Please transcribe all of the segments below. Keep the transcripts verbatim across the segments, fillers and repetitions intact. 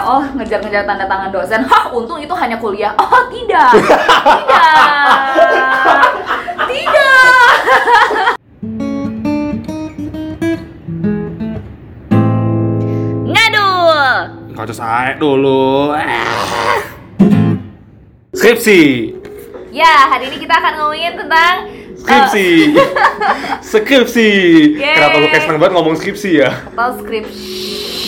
oh ngejar-ngejar tanda tangan dosen. Hah, untung itu hanya kuliah. Oh tidak, tidak, tidak. Ngadul. Kau saya dulu. Skripsi. Ya, hari ini kita akan ngomongin tentang Skripsi. Uh, skripsi. Yeay. Kenapa lu kayak seneng banget ngomong skripsi ya? Atau skripsi.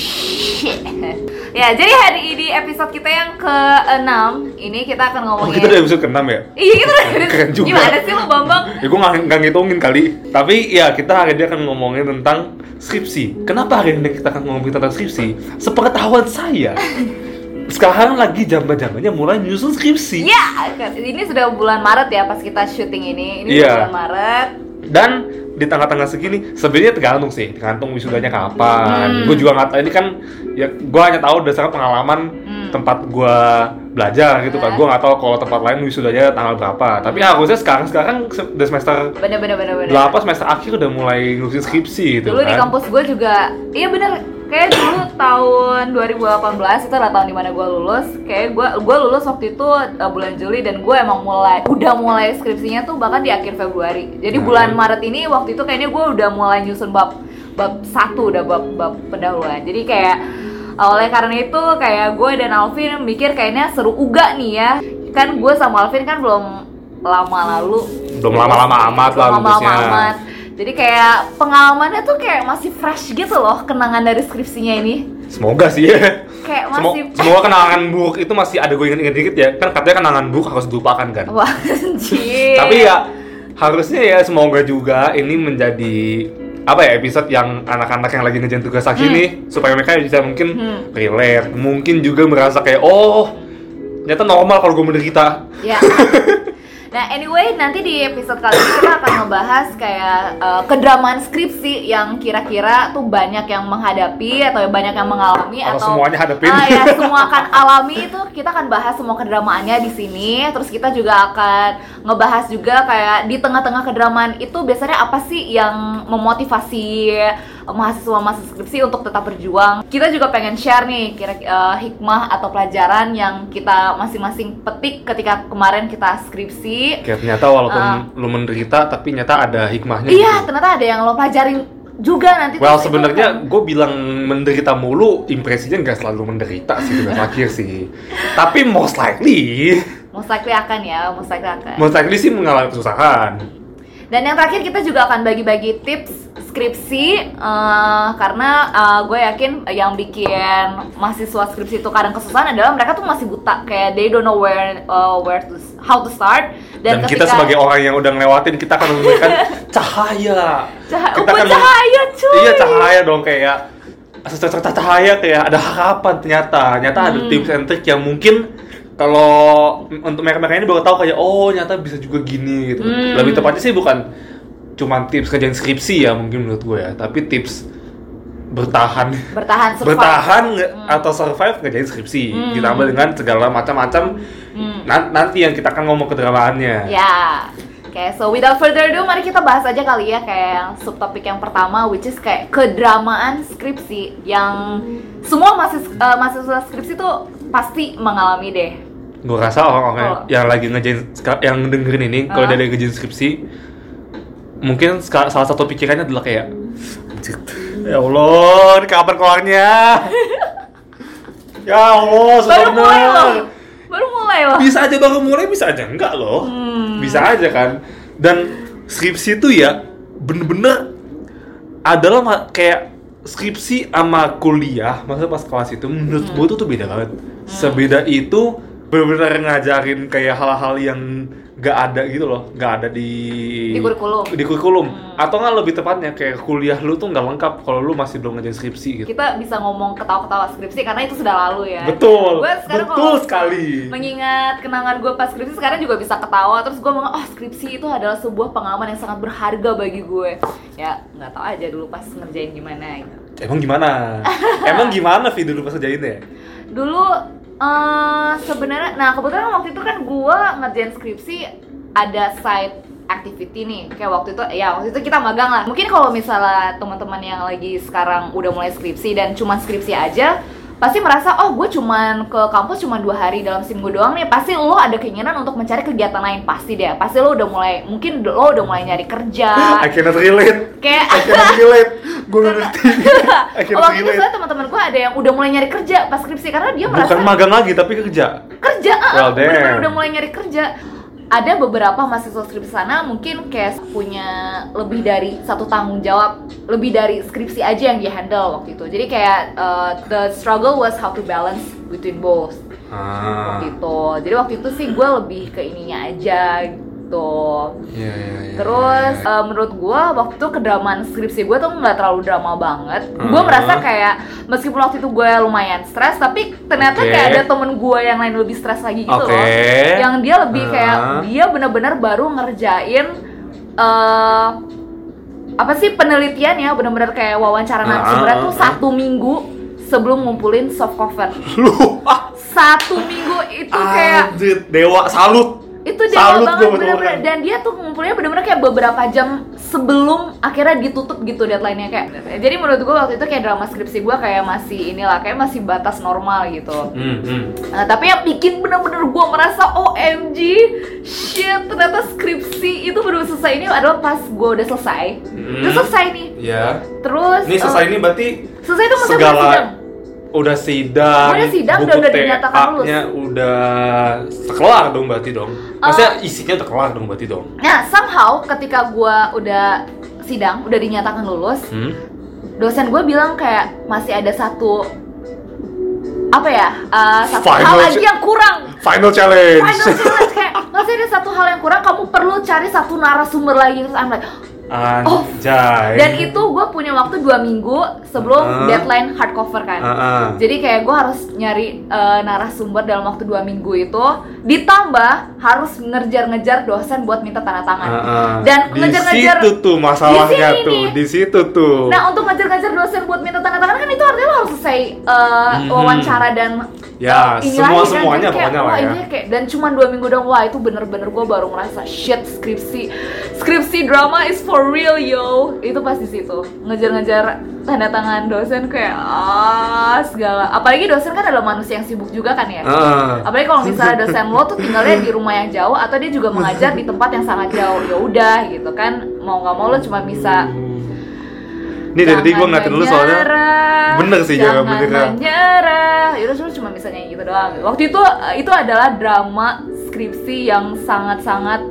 Ya, jadi hari ini episode kita yang keenam. Ini kita akan ngomongin. Oh, kita udah episode keenam ya? Iya, kita udah. Keren juga. Gimana sih lu, Bambang? Ya gue nggak nggak ngitungin kali. Tapi ya kita hari ini akan ngomongin tentang skripsi. Kenapa hari ini kita akan ngomongin tentang skripsi? Sepengetahuan saya, sekarang lagi zaman-zamannya mulai nyusun skripsi. Ya, ini sudah bulan Maret ya pas kita syuting ini. Ini ya. bulan Maret. Dan di tengah-tengah segini, sebenarnya tergantung sih, tergantung wisudanya kapan. Hmm. Gue juga nggak tahu, ini kan, ya gue hanya tahu berdasarkan pengalaman hmm. tempat gue belajar gitu kan. Gue nggak tahu kalau tempat lain wisudanya tanggal berapa. Tapi harusnya sekarang-sekarang udah semester bener-bener delapan, semester akhir udah mulai ngurusin skripsi gitu. Dulu kan. Di kampus gue juga, iya bener. Kayak dulu tahun dua ribu delapan belas itu adalah tahun dimana gue lulus. Kayak gue gue lulus waktu itu uh, bulan Juli dan gue emang mulai udah mulai skripsinya tuh bahkan di akhir Februari. Jadi nah, bulan Maret ini waktu itu kayaknya gue udah mulai nyusun bab bab satu udah bab bab pendahuluan. Jadi kayak oleh karena itu kayak gue dan Alvin mikir kayaknya seru uga nih ya. Kan gue sama Alvin kan belum lama lalu. Belum lama-lama amat lah lulusnya. Jadi kayak pengalamannya tuh kayak masih fresh gitu loh kenangan dari skripsinya ini. Semoga sih ya. Kayak masih. Semoga, semoga kenangan buruk itu masih ada gue inget-inget dikit ya. Kan katanya kenangan buruk harus dilupakan kan. Wah anjir. Tapi ya harusnya ya semoga juga ini menjadi apa ya episode yang anak-anak yang lagi ngerjain tugas akhir hmm. nih supaya mereka bisa mungkin hmm. relate, mungkin juga merasa kayak oh ternyata normal kalau gue menderita. Ya. Nah anyway, nanti di episode kali ini kita akan ngebahas kayak uh, kedramaan skripsi yang kira-kira tuh banyak yang menghadapi atau banyak yang mengalami atau, atau semuanya hadapin. Uh, ya semua akan alami itu. Kita akan bahas semua kedramaannya di sini. Terus kita juga akan ngebahas juga kayak di tengah-tengah kedramaan itu biasanya apa sih yang memotivasi mahasiswa-mahasiswa skripsi untuk tetap berjuang. Kita juga pengen share nih kira uh, hikmah atau pelajaran yang kita masing-masing petik ketika kemarin kita skripsi. Kayak ternyata walaupun uh, lu menderita tapi ternyata ada hikmahnya. Iya, gitu. Ternyata ada yang lo pelajarin juga nanti. Well sebenarnya kan. Gue bilang menderita mulu, impresinya nggak selalu menderita sih tugas akhir sih. Tapi most likely. Most likely akan ya, most likely akan. Most likely sih mengalami kesusahan. Dan yang terakhir kita juga akan bagi-bagi tips skripsi uh, karena uh, gue yakin yang bikin mahasiswa skripsi itu kadang kesusahan adalah mereka tuh masih buta, kayak they don't know where uh, where to how to start. Dan, Dan ketika, kita sebagai orang yang udah ngelewatin, kita akan memberikan cahaya. Cahaya, kita oh, akan cahaya cuy. Iya cahaya dong, kayak secerca cahaya kayak ada harapan ternyata. Ternyata hmm. ada tips and trick yang mungkin kalau untuk mereka-mereka ini baru tahu kayak oh ternyata bisa juga gini gitu. Hmm. Lebih tepatnya sih bukan cuma tips kerjaan skripsi ya mungkin menurut gue ya, tapi tips bertahan, bertahan, survive. bertahan hmm. atau survive kerjaan skripsi hmm. ditambah dengan segala macam-macam hmm. nanti yang kita akan ngomong kedramaannya. Ya, oke. Okay, so without further ado, mari kita bahas aja kali ya kayak subtopik yang pertama, which is kayak kedramaan skripsi yang semua mahasiswa, uh, mahasiswa skripsi tuh pasti mengalami deh. Gue rasa orang-orang oh. yang lagi ngejain, yang dengerin ini, uh. kalau dia lagi ngejain skripsi, mungkin salah satu pikirannya adalah kayak, ya Allah, ini kapan keluarnya? Ya Allah, baru mulai loh, baru mulai loh. Bisa aja baru mulai, bisa aja enggak loh, hmm. bisa aja kan. Dan skripsi itu ya bener-bener adalah kayak skripsi sama kuliah, maksudnya pas kelas itu menurut hmm. gue tuh tuh beda banget. Hmm. Sebeda itu benar-benar ngajarin kayak hal-hal yang nggak ada gitu loh, nggak ada di di kurikulum. Di kurikulum. Hmm. Atau nggak lebih tepatnya kayak kuliah lu tuh nggak lengkap kalau lu masih belum ngajarin skripsi gitu. Kita bisa ngomong ketawa-ketawa skripsi karena itu sudah lalu ya. Betul. Gue sekarang betul sekali. Mengingat kenangan gue pas skripsi sekarang juga bisa ketawa. Terus gue ngomong, oh skripsi itu adalah sebuah pengalaman yang sangat berharga bagi gue. Ya nggak tahu aja dulu pas ngerjain gimana gitu. Emang gimana? Emang gimana Vi dulu pas ngerjainnya? Dulu Uh, sebenarnya, nah kebetulan waktu itu kan gue ngerjain skripsi ada side activity nih, kayak waktu itu, ya waktu itu kita magang lah. Mungkin kalau misalnya teman-teman yang lagi sekarang udah mulai skripsi dan cuma skripsi aja, pasti merasa oh gue cuman ke kampus cuma dua hari dalam seminggu doang nih, pasti lo ada keinginan untuk mencari kegiatan lain, pasti deh, pasti lo udah mulai, mungkin lo udah mulai nyari kerja. I cannot relate. Kayak I cannot relate. Gue nggak ngerti. I cannot waktu itu relate. soalnya teman-teman gue ada yang udah mulai nyari kerja pas skripsi karena dia merasa Bukan magang lagi tapi kerja. kerja, ah, Well, bener-bener damn. udah mulai nyari kerja. Ada beberapa mahasiswa skripsi sana mungkin kayak punya lebih dari satu tanggung jawab, lebih dari skripsi aja yang dia handle waktu itu. Jadi kayak uh, the struggle was how to balance between both. Ah. Waktu itu. Jadi waktu itu sih gue lebih ke ininya aja gitu. Iya, iya, iya. Terus iya, iya. uh, menurut gue waktu itu kedramaan skripsi gue tuh nggak terlalu drama banget. Gue Hmm. merasa kayak meskipun waktu itu gue lumayan stres, tapi ternyata Oke. kayak ada temen gue yang lain lebih stres lagi gitu Oke. loh. Yang dia lebih kayak Hmm. dia benar-benar baru ngerjain uh, apa sih penelitian ya, benar-benar kayak wawancara narasumber Hmm. tuh satu minggu sebelum ngumpulin soft cover. Lu ah, Satu minggu itu kayak anjir, dewa, salut. itu dia Salut banget gua bener-bener, betul-betul. dan dia tuh ngumpulnya bener-bener kayak beberapa jam sebelum akhirnya ditutup gitu deadline-nya kayak. Jadi menurut gue waktu itu kayak drama skripsi gue kayak masih inilah, kayak masih batas normal gitu. Hmm, hmm. Nah, tapi yang bikin bener-bener gue merasa O M G, shit, ternyata skripsi itu baru selesai ini adalah pas gue udah selesai. Hmm. Udah selesai nih. Ya. Terus Ini selesai eh, ini berarti selesai itu maksudnya segala udah sidang. udah sidang, Udah sidang, buku udah- udah dinyatakan lulus. T A-nya udah kelar dong berarti dong. Maksudnya isinya udah kelar dong berarti dong. Nah, somehow ketika gue udah sidang, udah dinyatakan lulus, Hmm? dosen gue bilang kayak masih ada satu apa ya uh, satu Final hal ch- lagi yang kurang. Final challenge. Final challenge kayak masih ada satu hal yang kurang. Kamu perlu cari satu narasumber lagi. Terus I'm like, oh. Anjay. Dan itu gue punya waktu dua minggu sebelum Uh-uh. deadline hardcover kan. Uh-uh. Jadi kayak gue harus nyari uh, narasumber dalam waktu dua minggu itu. Ditambah harus ngejar-ngejar dosen buat minta tanda tangan. Uh-uh. Dan di ngejar-ngejar situ tuh masalahnya di sini tuh, nih. di situ tuh. Nah, untuk ngejar-ngejar dosen buat minta tanda tangan kan itu artinya lo harus selesai uh, Mhm. wawancara dan Ya, uh, ini semua- lagi kan. semuanya Jadi kayak, pokoknya lah wah, ya. ini kayak, dan cuma dua minggu dong, wah itu bener-bener gue baru ngerasa shit, skripsi skripsi drama is for real yo. Itu pas di situ ngejar-ngejar tanda tangan dosen kayak ah segala. Apalagi dosen kan adalah manusia yang sibuk juga kan ya. Uh. Apalagi kalau misalnya dosen lo tuh tinggalnya di rumah yang jauh atau dia juga mengajar di tempat yang sangat jauh, ya udah gitu kan, mau nggak mau lo cuma bisa. Ini dari tadi gue ngatain dulu soalnya bener sih, jangan jangan menyerah. menyerah. Yaudah, lu cuma bisa nyanyi gitu doang. Waktu itu itu adalah drama skripsi yang sangat-sangat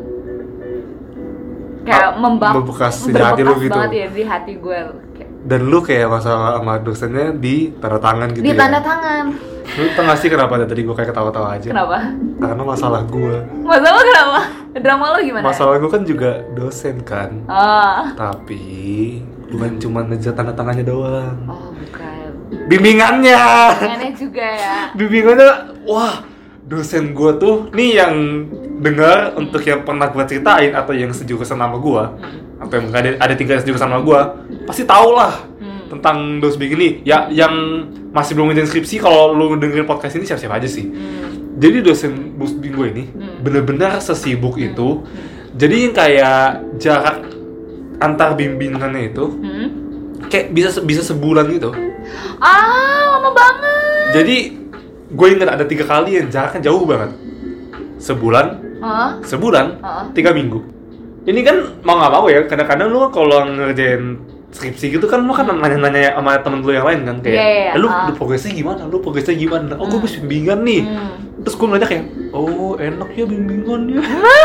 kayak Ah, membak membekas di hati lu gitu. banget ya di hati gue. Kayak Dan lu kayak masalah sama dosennya di tanda tangan gitu di ya. tanda tangan. Lu tau gak sih kenapa tadi gue kayak ketawa-tawa aja? Kenapa? Karena masalah gue. Masalah kenapa? Drama lo gimana? Masalah gue kan juga dosen kan. Ah. Tapi bukan cuma ngejar tanda tangannya doang. Oh, bukan. Bimbingannya. Aneh juga ya. Bimbingannya, wah, dosen gue tuh nih yang dengar untuk yang pernah gue ceritain atau yang sejurusan sama gue, atau yang ada ada tingkat sejurusan sama gue, pasti tau lah Hmm. tentang dos begini. Ya, yang masih belum ngerjain skripsi, kalau lu dengerin podcast ini siap-siap aja sih. Hmm. Jadi dosen bos gue ini Hmm. bener-bener sesibuk itu. Jadi kayak jarak antar bimbingannya itu Hmm. kayak bisa se- bisa sebulan gitu. Ah, lama banget. Jadi gue ingat ada tiga kali yang jaraknya jauh banget. Sebulan, Hah? sebulan, Heeh. tiga minggu. Ini kan mau nggak mau ya. Kadang-kadang lu kalau ngerjain skripsi gitu kan lu kan nanya-nanya sama temen lu yang lain kan kayak, Iya, iya, iya. "Eh, lu, Ah. lu progresnya gimana? Lu progresnya gimana? Oh, gue Hmm. bisa bimbingan nih." Hmm. Terus gue ngeliatnya kayak, oh enak ya bimbingan ya.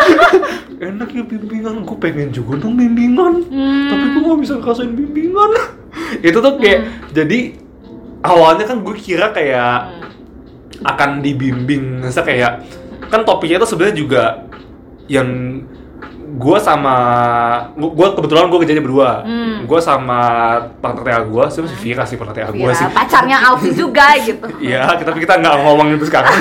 Enak ya bimbingan, gue pengen juga dong bimbingan. Hmm. Tapi gue gak bisa ngerasain bimbingan. Itu tuh kayak, jadi awalnya kan gue kira kayak Hmm. akan dibimbing. Misalnya kayak, kan topiknya tuh sebenarnya juga yang gue sama, gue kebetulan gue kerjanya berdua. Hmm. Gue sama partner T A gue, sebenarnya si Vira sih partner T A gue Vira, sih. pacarnya Alfi juga gitu. Iya, tapi kita nggak ngomongin itu sekarang.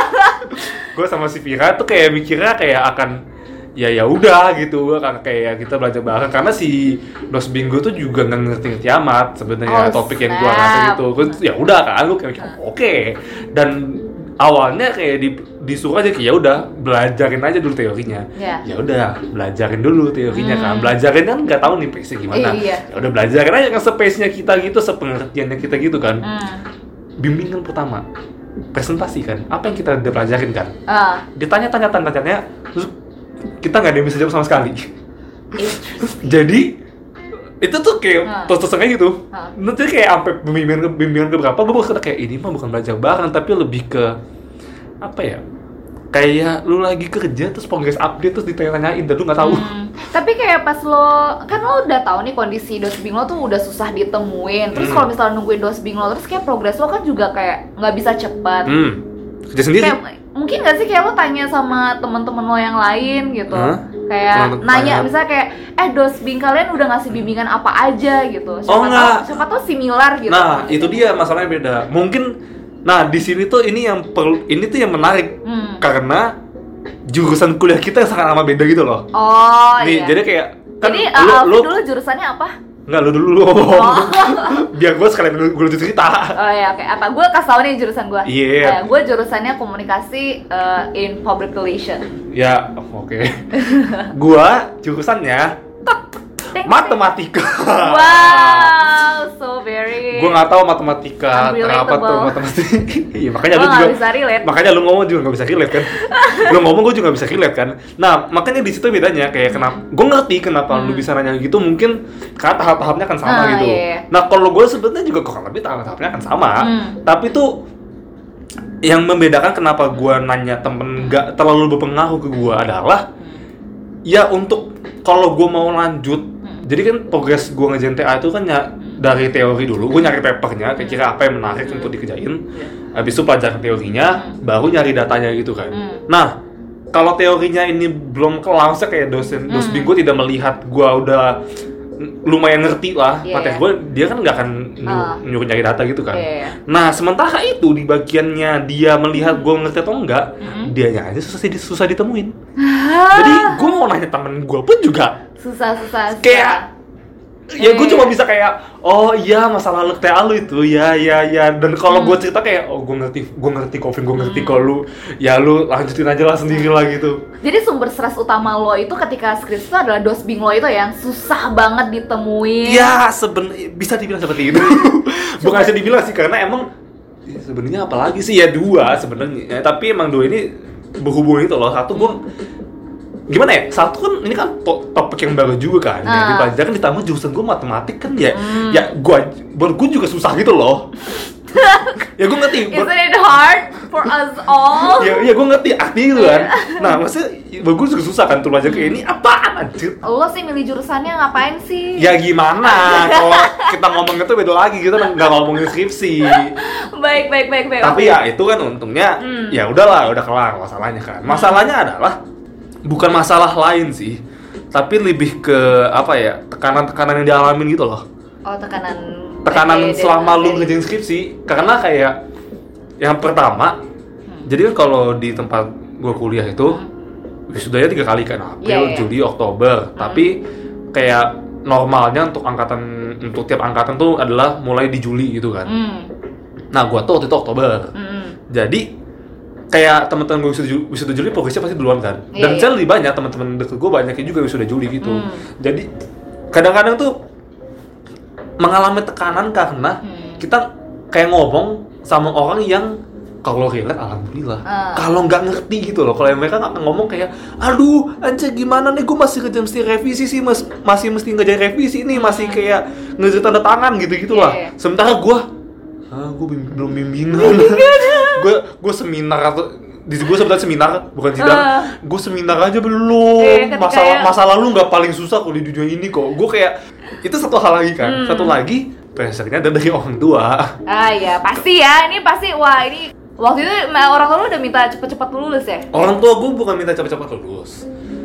Gue sama si Vira tuh kayak mikirnya kayak akan ya ya udah gitu, kan kayak kita belajar bareng karena si dos Bingo tuh juga nggak ngerti-ngerti amat sebenarnya Oh, topik yang gue snap. kasih itu. Terus ya udah kan, gue kayak oke. Dan awalnya kayak di, disuruh aja kayak ya udah belajarin aja dulu teorinya. Iya. Ya udah belajarin dulu teorinya kan. Hmm. Belajarin kan nggak tahu nih pace-nya gimana. Iya. Ya udah belajarin aja yang se-pace-nya kita gitu, sepengertiannya kita gitu kan. Hmm. bimbingan pertama presentasi kan, apa yang kita udah pelajarin kan, Ah. ditanya tanya tanya tanya terus kita nggak ada yang bisa jawab sama sekali. Jadi itu tuh kayak Ah. terus-terusan kayak gitu. Ah. Nanti kayak sampai bimbingan ke bimbingan ke berapa, gue baru kayak ini mah bukan belajar bareng tapi lebih ke apa ya? Kayak lu lagi kerja terus progress update terus ditanya-tanyain dan lu nggak tahu. Hmm. Tapi kayak pas lo, kan lo udah tahu nih kondisi dosbing lo tuh udah susah ditemuin. Terus Hmm. kalau misalnya nungguin dosbing lo, terus kayak progres lo kan juga kayak nggak bisa cepat. Hmm. Kerja sendiri. Kayak, mungkin nggak sih kayak lo tanya sama teman-teman lo yang lain gitu. Hah? Kayak Teman-teman nanya lain. misalnya kayak eh dosbing kalian udah ngasih bimbingan apa aja gitu. Siapa Oh, tahu nggak. siapa tahu similar gitu. Nah, itu dia masalahnya beda. Mungkin nah di sini tuh ini yang perlu ini tuh yang menarik Hmm. karena jurusan kuliah kita sangat amat beda gitu loh. Oh Nih, iya. jadi kayak kan Jadi lu, uh, lu dulu jurusannya apa? enggak lu dulu lu. Biar gue sekalian gue gue lanjut cerita. Oh ya, oke. Apa? Gue kasih tau nih jurusan gue. Iya. gue jurusannya komunikasi uh, in public relation. Ya, oke. Gua jurusannya Teng, matematika. Wow, so very. Gua nggak tahu matematika apa tuh Unrelatable. matematika. Iya, makanya Gua lu nggak juga bisa relate. makanya lu ngomong juga nggak bisa relate kan. Lu ngomong gua juga nggak bisa relate kan. Nah, makanya di situ bedanya kayak kenapa gua ngerti kenapa lu bisa nanya gitu, mungkin karena tahap-tahapnya kan sama Ah, gitu. iya. Nah, kalau gua sebenarnya juga kurang lebih tahap-tahapnya kan sama. Hmm. Tapi tuh yang membedakan kenapa gua nanya temen nggak terlalu berpengaruh ke gua adalah ya untuk kalau gua mau lanjut. Jadi kan progres gue ngerjain T A itu kan ya dari teori dulu, gue nyari papernya, kira-kira apa yang menarik untuk dikerjain. Habis itu pelajaran teorinya, baru nyari datanya gitu kan. Nah, kalau teorinya ini belum kelar, saya kayak dosen, dosbing gue tidak melihat gue udah lumayan ngerti lah Iya, materi iya. gue, dia kan nggak akan nyuruh, Ah. nyuruh nyari data gitu kan. Iya, iya. Nah, sementara itu di bagiannya dia melihat gue ngerti atau enggak, dianya aja susah, susah ditemuin. Jadi gue mau nanya temen gue pun juga susah susah. susah. kayak ya gue Eh. cuma bisa kayak oh iya masalah lu T A lu itu ya ya ya dan kalau gue cerita kayak oh gue ngerti gue ngerti Kevin gue ngerti kalau lu ya lu lanjutin aja lah sendiri lah gitu. Jadi sumber stres utama lo itu ketika skripsi itu adalah dosbing lo itu yang susah banget ditemuin. Ya seben bisa dibilang seperti itu. Bukan bisa dibilang sih karena emang ya, sebenarnya apalagi sih ya dua sebenarnya ya, tapi emang dua ini berhubungan itu loh. Satu gue gimana ya, satu kan ini kan to- topik yang baru juga kan, Ah. yang dipelajarin ditambah jurusan gue matematik kan ya, Hmm. ya gue, buat gue juga susah gitu loh. Ya gue ngerti, buat, Isn't it hard for us all? ya, ya gue ngerti arti gitu kan. Nah maksudnya, buat gue juga susah kan tuh belajar kayak ini apaan anjir? Lo sih milih jurusannya ngapain sih? Ya gimana, kalau kita ngomong itu beda lagi, kita nggak ngomongin skripsi. Baik baik baik baik. Tapi oke. ya itu kan untungnya, Hmm. ya udahlah, udah kelar masalahnya kan. Masalahnya adalah bukan masalah lain sih, tapi lebih ke apa ya, tekanan-tekanan yang dialamin gitu loh. Oh tekanan. Tekanan P D, selama lu materi. ngerjain skripsi, karena kayak yang pertama, jadi kan kalau di tempat gua kuliah itu wisudanya tiga kali kan, April, Iya, iya. Juli, Oktober. Tapi kayak normalnya untuk angkatan untuk tiap angkatan tuh adalah mulai di Juli gitu kan. Hmm. Nah gua tuh waktu itu Oktober. Hmm. Jadi kayak teman-teman gue wisuda, Ju- wisuda Juli progresnya pasti duluan kan. Dan Iya, saya lebih banyak teman-teman deket gue banyak yang juga wisuda Juli gitu. Hmm. Jadi kadang-kadang tuh mengalami tekanan karena Hmm. kita kayak ngomong sama orang yang kalau relate alhamdulillah. Ah. Kalau nggak ngerti gitu loh. Kalau mereka nggak ngomong kayak aduh anjir gimana nih gue masih kerja mesti revisi sih mas masih mesti ngerjain revisi nih masih kayak ngerjain tanda tangan gitu-gitu lah. Iya, iya. Sementara gue ah gue bim- belum bimbingan. gue gue seminar atau di gue sebenarnya seminar bukan sidang. Ah. Gue seminar aja belum. Iya, ketika masalah ya- masalah lu nggak paling susah kalau di dunia ini kok. Gue kayak itu satu hal lagi kan. Hmm. Satu lagi pressure-nya ada dari orang tua. Ah ya pasti ya, ini pasti wah ini waktu itu ma- orang tua lu udah minta cepet-cepet lulus ya? Orang tua gue bukan minta cepat-cepat lulus.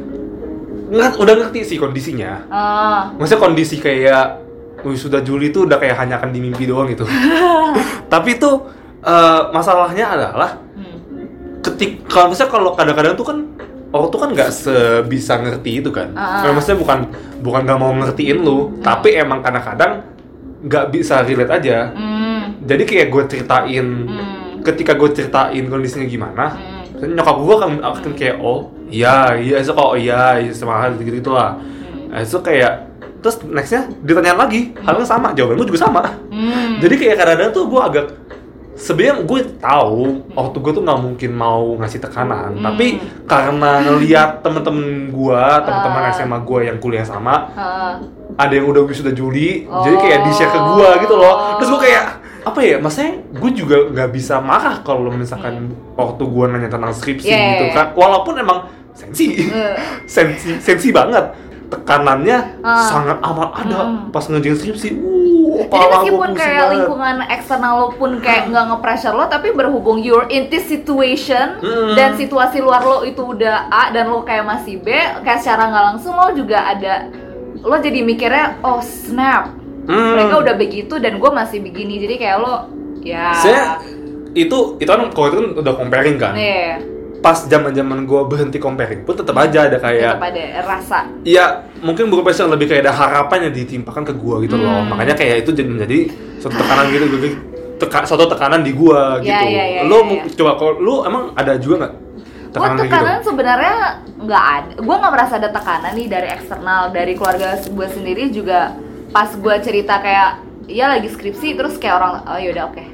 Nggak, udah ngerti sih kondisinya. Ah. Maksudnya kondisi kayak wisuda Juli itu udah kayak hanya akan di mimpi doang gitu. Tapi itu eh, masalahnya adalah Hmm. ketik kalau misalnya kalau kadang-kadang tuh kan orang tuh kan nggak sebisa ngerti itu kan. Ah. Nah, maksudnya bukan bukan nggak mau ngertiin lu, tapi emang kadang-kadang nggak bisa relate aja. Hmm. Jadi kayak gue ceritain, Hmm. ketika gue ceritain kondisinya gimana, Hmm. misalnya nyokap gue kan akan kayak oh iya iya itu kok oh, iya iya semangat gitu gitu lah. Hmm. Nah, itu kayak terus nextnya ditanyain lagi hal yang sama, jawaban gue juga sama. Hmm. Jadi kayak kadang-kadang tuh gue agak sebenarnya gue tahu waktu gue tuh nggak mungkin mau ngasih tekanan, Hmm. tapi karena ngelihat temen-temen gue, teman-teman Ah. S M A gue yang kuliah sama, Heeh. ada yang udah wisuda Juli, Oh. jadi kayak di-share ke gue gitu loh. Terus gue kayak apa ya, maksudnya gue juga nggak bisa marah kalau misalkan waktu gue nanya tentang skripsi Yeah. gitu kan, walaupun emang sensi, Uh. sensi, sensi banget. Tekanannya Ah. sangat amat ada Hmm. pas ngerjain skripsi. Jadi Uh, kepala gua meskipun pusing kayak banget. lingkungan eksternal lo pun kayak nggak nge-pressure lo, tapi berhubung you're in this situation Hmm. dan situasi luar lo itu udah A dan lo kayak masih B, kayak secara nggak langsung lo juga ada, lo jadi mikirnya oh snap, Hmm. mereka udah begitu dan gue masih begini, jadi kayak lo ya. Saya itu itu kan kalau itu kan udah comparing kan. Nih, Pas zaman-zaman gue berhenti comparing pun tetap aja ada kayak tetap ada rasa. ya mungkin bukan passion, lebih kayak ada harapan yang ditimpakan ke gue gitu loh. Hmm. Makanya kayak itu jadi menjadi suatu tekanan gitu, jadi teka, suatu tekanan di gue Ya, gitu. ya, ya, Lo ya, mau ya. coba kalau lu emang ada juga nggak Gue tekanan kayak tekanan gitu? sebenarnya nggak ada, gue nggak merasa ada tekanan nih dari eksternal, dari keluarga gue sendiri juga. Pas gue cerita kayak ya lagi skripsi terus kayak orang oh yaudah oke.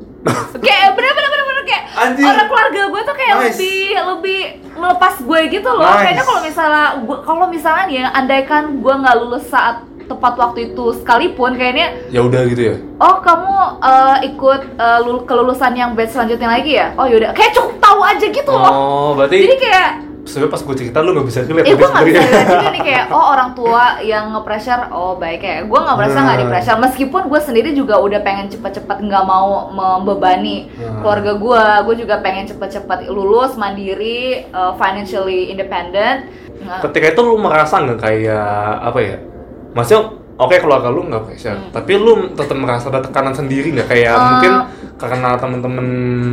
Kayak bener-bener bener-bener kayak Anjir. orang keluarga gue tuh kayak Nice. lebih lebih melepas gue gitu loh. Nice. Kayaknya kalau misalnya gue kalau misalnya nih ya, andaikan gue nggak lulus saat tepat waktu itu sekalipun, kayaknya Ya udah gitu ya. oh kamu eh, ikut eh, lul- kelulusan yang batch selanjutnya lagi ya, oh yaudah kayak cukup tahu aja gitu loh. Oh, berarti Jadi kayak sebenarnya pas gue cerita lu nggak bisa relate. Eh gitu gue nggak bisa sebenarnya. lihat juga nih kayak oh orang tua yang nge-pressure, oh baik, kayak gue nggak merasa nggak Hmm. di-pressure, meskipun gue sendiri juga udah pengen cepet-cepet nggak mau membebani Hmm. keluarga gue, gue juga pengen cepet-cepet lulus mandiri, uh, financially independent. Nggak- Ketika itu lu merasa nggak kayak apa ya? Maksudnya oke keluarga lu nggak pressure, Hmm. tapi lu tetap merasa ada tekanan sendiri nggak kayak Uh, mungkin karena temen-temen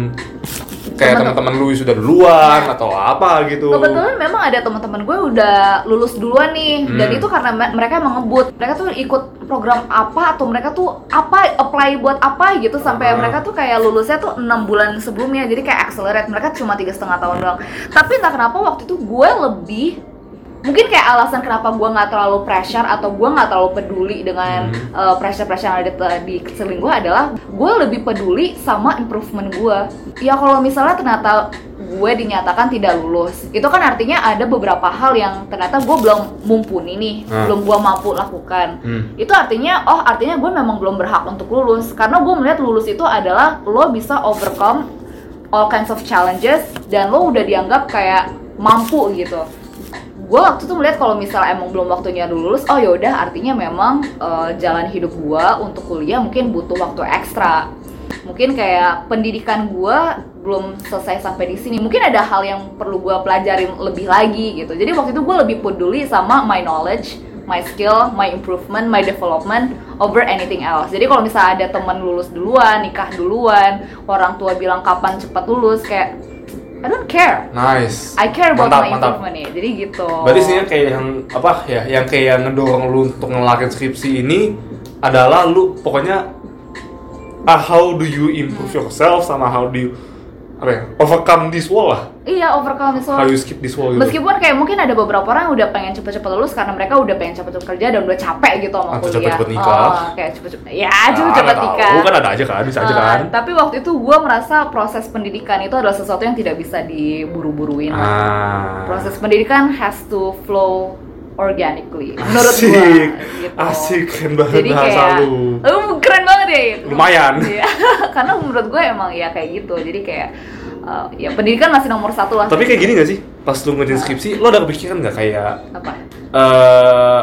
kayak Temen- teman-teman lu sudah duluan atau apa gitu. Kebetulan memang ada teman-teman gue udah lulus duluan nih, Hmm. dan itu karena me- mereka emang ngebut, mereka tuh ikut program apa atau mereka tuh apa apply buat apa gitu sampai Ah. mereka tuh kayak lulusnya tuh enam bulan sebelumnya, jadi kayak accelerate, mereka cuma tiga setengah tahun doang. Tapi entah kenapa waktu itu gue lebih, mungkin kayak alasan kenapa gue nggak terlalu pressure atau gue nggak terlalu peduli dengan Hmm. uh, pressure-pressure yang ada di- di sekeliling gue adalah gue lebih peduli sama improvement gue. Ya kalau misalnya ternyata gue dinyatakan tidak lulus, itu kan artinya ada beberapa hal yang ternyata gue belum mumpuni nih, Hmm. belum gue mampu lakukan. Hmm. Itu artinya, oh artinya gue memang belum berhak untuk lulus, karena gue melihat lulus itu adalah lo bisa overcome all kinds of challenges dan lo udah dianggap kayak mampu gitu. Gue waktu itu melihat kalau misalnya emang belum waktunya lulus, oh yaudah artinya memang eh, jalan hidup gue untuk kuliah mungkin butuh waktu ekstra. Mungkin kayak pendidikan gue belum selesai sampai di sini. Mungkin ada hal yang perlu gue pelajarin lebih lagi gitu. Jadi waktu itu gue lebih peduli sama my knowledge, my skill, my improvement, my development over anything else. Jadi kalau misalnya ada teman lulus duluan, nikah duluan, orang tua bilang kapan cepat lulus, kayak I don't care. Nice. I care about Mantap, my mantap. improvement ya. Jadi gitu. Berarti sih kayak yang apa ya, yang kayak ngedorong lu untuk ngelakuin skripsi ini adalah lu pokoknya ah, how do you improve yourself sama how do you apa ya, overcome this wall lah. Iya, overcome this How wall. you skip this wall gitu. Meskipun kayak mungkin ada beberapa orang yang udah pengen cepet-cepet lulus karena mereka udah pengen cepet-cepet kerja dan udah capek gitu sama Atau kuliah. cepet-cepet nikah. Oh, kayak cepet-cepet. Ya, Ah, cepet-cepet nggak nikah. tahu, kan ada aja kan, bisa aja Ah, kan. Tapi waktu itu gue merasa proses pendidikan itu adalah sesuatu yang tidak bisa diburu-buruin. Ah. Proses pendidikan has to flow organically menurut Asik. gue gitu. Asik, keren banget Jadi bahasa kayak, lu. lu keren banget ya. Lumayan. Iya. Karena menurut gue emang ya kayak gitu. Jadi kayak uh, ya pendidikan masih nomor satu lah. Tapi kayak gini gak sih? Pas lu ngerjain skripsi, lo ada kepikiran gak kayak Apa? eh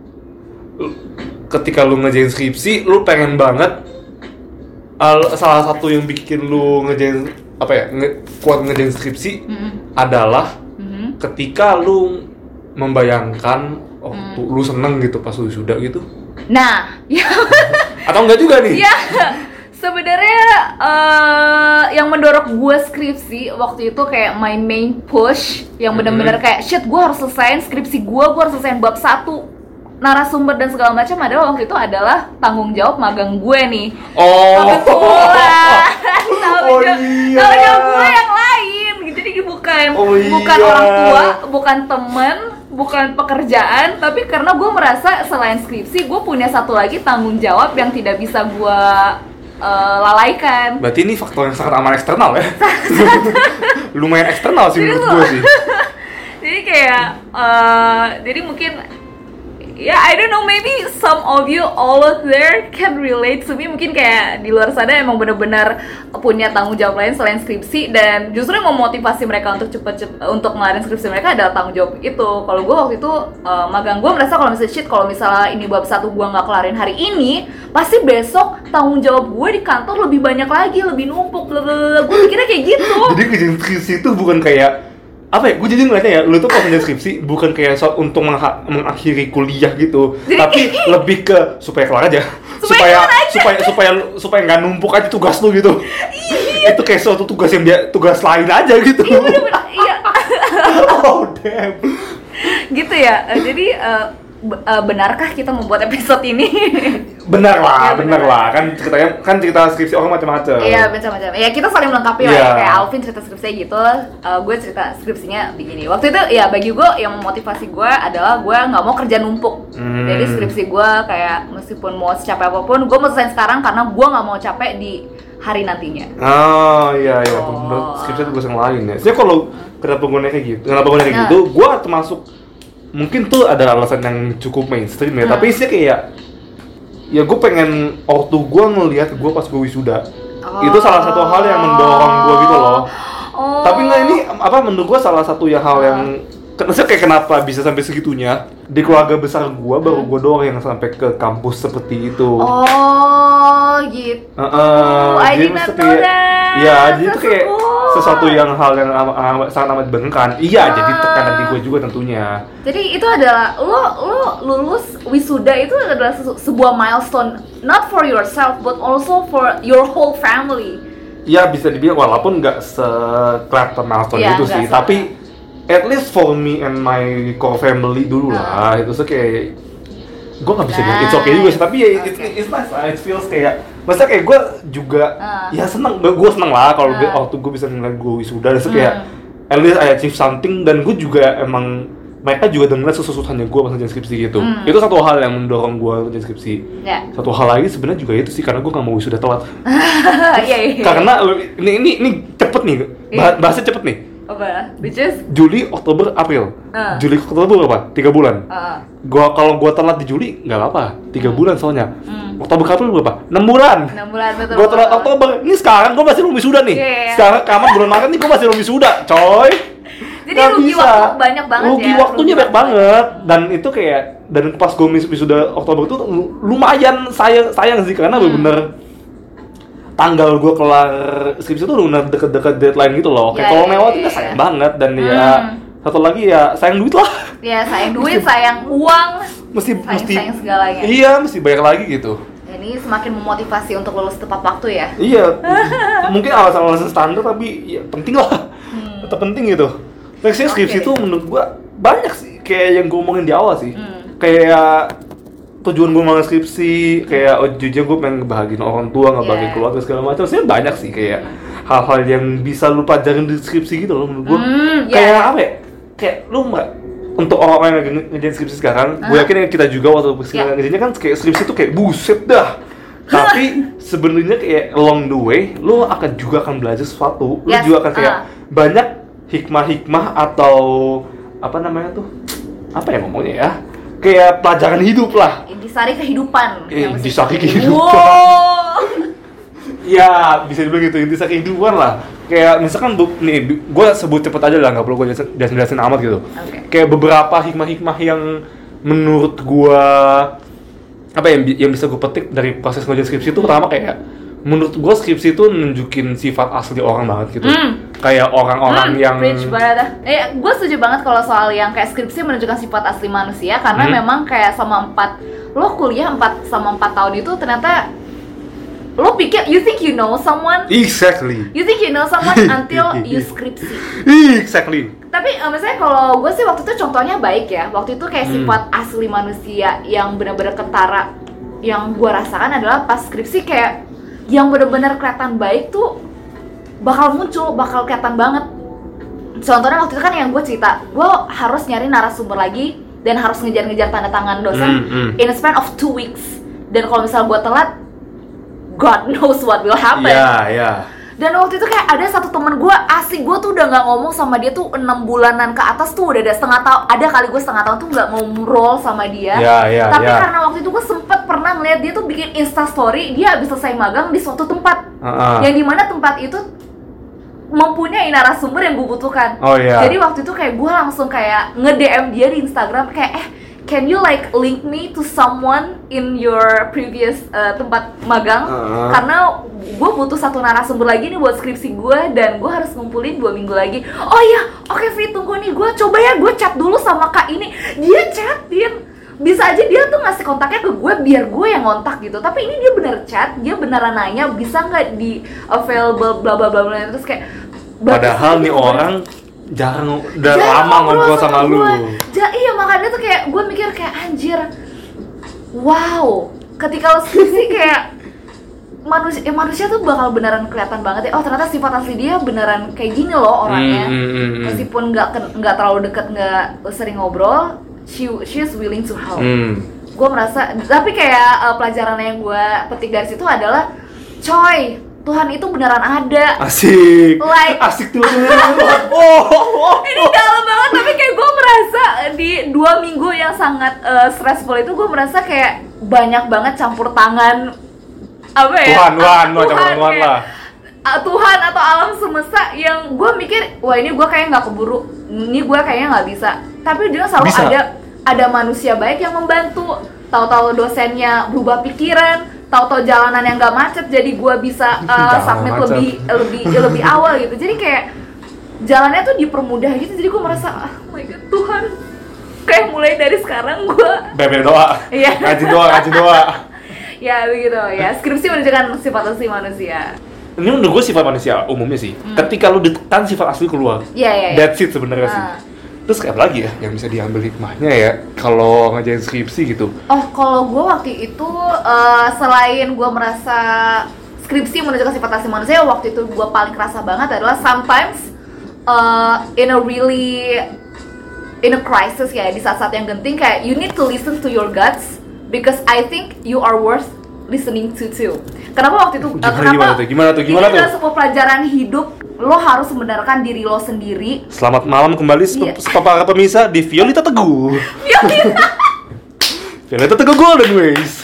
ketika lu ngerjain skripsi, lu pengen banget al- salah satu yang bikin lu ngerjain apa ya, nge- kuat ngerjain skripsi Mm-mm. adalah Mhm. ketika lu membayangkan oh Hmm. tuh, lu seneng gitu pas lu sudah gitu. Nah, ya, Atau enggak juga nih? ya sebenarnya eh, yang mendorong gue skripsi waktu itu kayak my main push yang benar-benar Mhm. kayak shit gue harus selesaiin skripsi gue, gue harus selesaiin bab satu narasumber dan segala macam adalah waktu itu adalah tanggung jawab magang gue nih. Oh. Kebetulan tanggung Oh jawab iya. tanggung jawab gue yang lain, jadi bukan Oh bukan iya. orang tua, bukan temen, bukan pekerjaan, tapi karena gue merasa selain skripsi gue punya satu lagi tanggung jawab yang tidak bisa gue uh, lalaikan. Berarti ini faktor yang sangat aman eksternal ya. Lumayan eksternal sih menurut gue sih. Jadi kayak uh, jadi mungkin ya yeah, I don't know, maybe some of you all out there can relate to me. Mungkin kayak di luar sana emang benar-benar punya tanggung jawab lain selain skripsi, dan justru yang memotivasi mereka untuk cepet-cepet untuk ngelarin skripsi mereka adalah tanggung jawab itu. Kalau gue waktu itu uh, magang, gue merasa kalau misalnya shit, kalau misalnya ini bab satu gue nggak kelarin hari ini, pasti besok tanggung jawab gue di kantor lebih banyak lagi, lebih numpuk. Blablabla. Gue pikirnya kayak gitu. Jadi kerjaan skripsi itu bukan kayak apa ya, gue jadi ngeliatnya ya, lu tuh pas ngerjain skripsi bukan kayak so, untuk mengha- mengakhiri kuliah gitu, tapi lebih ke supaya kelar aja, supaya supaya aja. supaya supaya supaya nggak numpuk aja tugas lu gitu. Iya. Itu kayak suatu tugas yang dia tugas lain aja gitu. Iya bener-bener, iya. Oh damn. Gitu ya, uh, jadi uh, b- uh, benarkah kita membuat episode ini? Benar lah, Ya, benar benar. lah, kan ceritanya kan cerita skripsi orang macam-macam. Iya, macam-macam. Ya kita saling melengkapi lah Iya. ya. Kayak Alvin cerita skripsinya gitu, uh, gue cerita skripsinya begini. Waktu itu ya bagi gue yang memotivasi gue adalah gue nggak mau kerja numpuk. Hmm. Jadi skripsi gue kayak meskipun mau secapek apapun, gue mau selesai sekarang karena gue nggak mau capek di hari nantinya. Oh iya iya, Oh. menurut skripsi itu tugas yang lain ya. Sebenarnya kalau kenapa gue kayak gitu, kenapa gue kayak Nah. gitu, gue termasuk mungkin tuh ada alasan yang cukup mainstream ya, Hmm. tapi sih kayak ya gue pengen ortu gue ngelihat gue pas gue wisuda. Oh. Itu salah satu hal yang mendorong gue gitu loh. Oh. Tapi nggak, ini apa menurut gue salah satu ya hal yang Maksudnya kayak kenapa bisa sampai segitunya? Di keluarga besar gua baru gua doang yang sampai ke kampus seperti itu. Oh, gitu. Uh, I jadi did not maksudnya know kayak- that. Ya, jadi itu So kayak cool. sesuatu yang hal yang am- am- sangat amat dibanggakan. Iya, Ah. jadi tekanan di gua juga tentunya. Jadi itu adalah lo lo lulus wisuda itu adalah sesu- sebuah milestone, not for yourself but also for your whole family. Ya bisa dibilang walaupun nggak sekelihatan milestone Ya, itu nggak sih, se- tapi at least for me and my core family dulu lah, itu tuh kayak gue nggak bisa bilang it's okay juga sih, tapi ya it, Okay. it's nice lah, it feels kayak, maksudnya kayak gue juga Ah. ya seneng, gue seneng lah kalau gue- Ah. waktu gue bisa ngeliat gue wisuda, terus kayak Hmm. at least I achieve something, dan gue juga emang mereka juga dengar sesusahnya gue pas ngerjain skripsi gitu. Hmm. Itu satu hal yang mendorong gue ngerjain skripsi. Ya. Satu hal lagi sebenarnya juga itu sih, karena gue nggak mau wisuda telat. Iya iya. Karena lu- ini ini ini cepet nih, bah- Iya. bahasnya cepet nih. Apa? Which is Juli, Oktober, April. Ah. Juli, Oktober berapa? Tiga bulan. uh, Gua kalau gua telat di Juli nggak apa-apa. Tiga bulan soalnya. Hmm. Oktober, April berapa? Enam bulan. enam bulan betul. Gua telat betul. Oktober. Ini sekarang gua masih belum wisuda nih. Iya, iya. Sekarang kapan bulan Maret nih gua masih belum wisuda, coy. Jadi Nggak rugi bisa. waktu banyak banget Rugi ya. waktunya rugi banyak waktu. banget. Dan itu kayak, dan pas gua mis- wisuda Oktober itu lu- lumayan sayang sayang sih, karena Hmm. bener-bener tanggal gue kelar skripsi itu udah deket-deket deadline gitu loh. Kayak Ya, kalau ya, lewat ya, itu ya. sayang banget, dan Hmm. ya satu lagi ya sayang duit lah. Ya sayang duit, sayang uang, Mesti sayang, mesti sayang segalanya. Iya, mesti bayar lagi gitu. Ini semakin memotivasi untuk lulus tepat waktu ya. Iya. m- mungkin alasan-alasan standar, tapi ya penting lah. Tetap penting gitu. Next skripsi Oke. itu menurut gua banyak sih, kayak yang gue omongin di awal sih. Hmm. Kayak tujuan gue mau skripsi, kayak oh jujur gue pengen ngebahagiain orang tua, ngebahagiain Yeah. keluarga segala macam. Sebenarnya banyak sih kayak hal-hal yang bisa lu pelajarin di skripsi gitu loh menurut gue. Hmm, Kayak yeah. apa ya? Kayak lu nggak, untuk orang-orang yang lagi nge- ngerjain skripsi sekarang, gue Ah. yakin kita juga waktu sekarang Yeah. ngerjainnya kan kayak skripsi tuh kayak buset dah. Tapi sebenarnya kayak along the way, lu akan juga akan belajar sesuatu. Lu Yes, juga akan kayak ah. banyak hikmah-hikmah atau apa namanya tuh? Apa ya ngomongnya ya? Kayak pelajaran hidup lah. Intisari kehidupan. Eh, yang mesti- intisari kehidupan. Wow. Ya, bisa dibilang gitu, intisari kehidupan lah. Kayak misalkan, bu, nih, gue sebut cepet aja lah, nggak perlu gue jelasin, jelasin amat gitu. Oke. Kayak beberapa hikmah-hikmah yang menurut gue, apa yang, bi- yang bisa gue petik dari proses ngerjain skripsi itu, pertama kayak, menurut gue skripsi itu nunjukin sifat asli orang banget gitu. Hmm. Kayak orang-orang Hmm, yang... preach banget. Eh, gue setuju banget kalau soal yang kayak skripsi menunjukkan sifat asli manusia, karena Hmm. memang kayak sama empat lo kuliah empat sama empat tahun itu ternyata lo pikir you think you know someone, Exactly. you think you know someone until you skripsi. Exactly. Tapi uh, misalnya kalau gue sih waktu itu contohnya baik ya. Waktu itu kayak Hmm. sifat asli manusia yang benar-benar kentara yang gue rasakan adalah pas skripsi, kayak yang benar-benar kelihatan baik tuh bakal muncul, bakal kelihatan banget. Contohnya waktu itu kan yang gue cerita, gue harus nyari narasumber lagi dan harus ngejar-ngejar tanda tangan dosen Hmm, hmm. in a span of two weeks. Dan kalau misal gue telat, God knows what will happen. Iya, yeah, iya. Yeah. Dan waktu itu kayak ada satu temen gue asik, gue tuh udah nggak ngomong sama dia tuh enam bulanan ke atas tuh udah ada setengah tahun, ada kali gue setengah tahun tuh nggak ngobrol sama dia. Yeah, yeah, Tapi yeah. karena waktu itu gue sempet pernah ngeliat dia tuh bikin Insta story, dia abis selesai magang di suatu tempat, uh-uh. yang dimana tempat itu mempunyai narasumber yang gue butuhkan. Oh, yeah. Jadi waktu itu kayak gue langsung kayak nge-D M dia di Instagram kayak eh can you like link me to someone in your previous uh, tempat magang? Uh-huh. Karena gue butuh satu narasumber lagi nih buat skripsi gue dan gue harus ngumpulin dua minggu lagi. Oh iya, oke okay, Vi, tunggu nih, gue coba ya gue chat dulu sama kak ini. Dia chatin, bisa aja dia tuh ngasih kontaknya ke gue biar gue yang ngontak gitu. Tapi ini dia bener chat, dia beneran nanya bisa nggak di available bla bla bla bla, terus kayak. Padahal nih orang jarang udah lama ngobrol sama, sama lu. Ja, iya makanya tuh kayak gue mikir kayak anjir. Wow, ketika lo skripsi kayak manusia ya manusia tuh bakal beneran kelihatan banget ya. Oh ternyata sifat asli dia beneran kayak gini loh orangnya. Mm, mm, mm. Meskipun nggak nggak terlalu deket, nggak sering ngobrol, she she is willing to help. Mm. Gue merasa, tapi kayak uh, pelajaran yang gue petik dari situ adalah, coy, Tuhan itu beneran ada. Asik. Like, asik tuh. oh, oh, ini dalam banget, tapi kayak gue merasa di dua minggu yang sangat uh, stressful itu gue merasa kayak banyak banget campur tangan apa ya? Tuhan, Tuhan, uh, Tuhan, Tuhan lah. Uh, Tuhan atau alam semesta yang gue mikir, wah ini gue kayaknya nggak keburu, ini gue kayaknya nggak bisa. Tapi dia selalu bisa. ada ada manusia baik yang membantu. Tahu-tahu dosennya berubah pikiran, tahu-tahu jalanan yang nggak macet jadi gue bisa uh, submit macet. lebih lebih lebih awal gitu. Jadi kayak jalannya tuh dipermudah gitu. Jadi gue merasa, oh my god Tuhan, kayak mulai dari sekarang gue bebe doa, iya. Ngaji doa, ngaji doa. Ya begitu ya. Skripsi menunjukkan sifat asli manusia. Ini menurut gue sifat manusia umumnya sih. Hmm. Ketika lu ditekan sifat asli keluar. Iya iya. That's it sebenarnya uh. sih. Terus kayak apa lagi ya yang bisa diambil hikmahnya ya kalau ngajain skripsi gitu? Oh, kalau gue waktu itu uh, selain gue merasa skripsi menunjukkan sifat asli manusia, waktu itu gue paling kerasa banget adalah sometimes uh, in a really in a crisis ya, di saat-saat yang genting kayak you need to listen to your guts because I think you are worth listening to too. Kenapa waktu itu? Gimana, uh, kenapa? Gimana tuh? Gimana tuh? Gimana ini tuh? adalah sebuah pelajaran hidup. Lo harus membenarkan diri lo sendiri. Selamat malam kembali yeah. para pemirsa di Violeta Teguh. Violeta. Violeta Teguh Golden Ways.